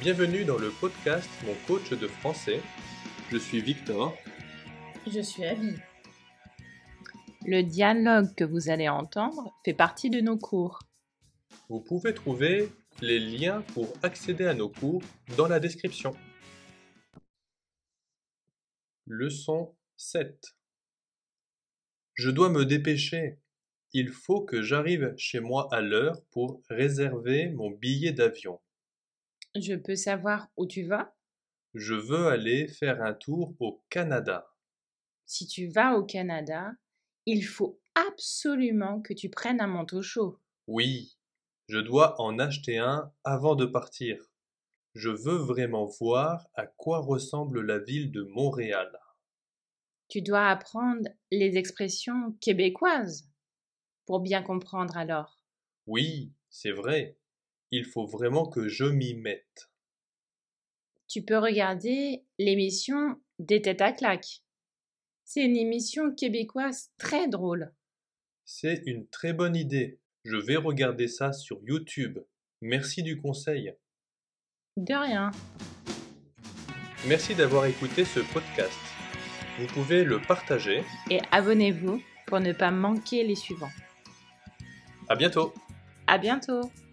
Bienvenue dans le podcast Mon coach de français. Je suis Victor. Je suis Abby. Le dialogue que vous allez entendre fait partie de nos cours. Vous pouvez trouver les liens pour accéder à nos cours dans la description. Leçon 7. Je dois me dépêcher. Il faut que j'arrive chez moi à l'heure pour réserver mon billet d'avion. Je peux savoir où tu vas? Je veux aller faire un tour au Canada. Si tu vas au Canada, il faut absolument que tu prennes un manteau chaud. Oui, je dois en acheter un avant de partir. Je veux vraiment voir à quoi ressemble la ville de Montréal. Tu dois apprendre les expressions québécoises pour bien comprendre alors. Oui, c'est vrai. Il faut vraiment que je m'y mette. Tu peux regarder l'émission Des têtes à claques. C'est une émission québécoise très drôle. C'est une très bonne idée. Je vais regarder ça sur YouTube. Merci du conseil. De rien. Merci d'avoir écouté ce podcast. Vous pouvez le partager. Et abonnez-vous pour ne pas manquer les suivants. À bientôt. À bientôt!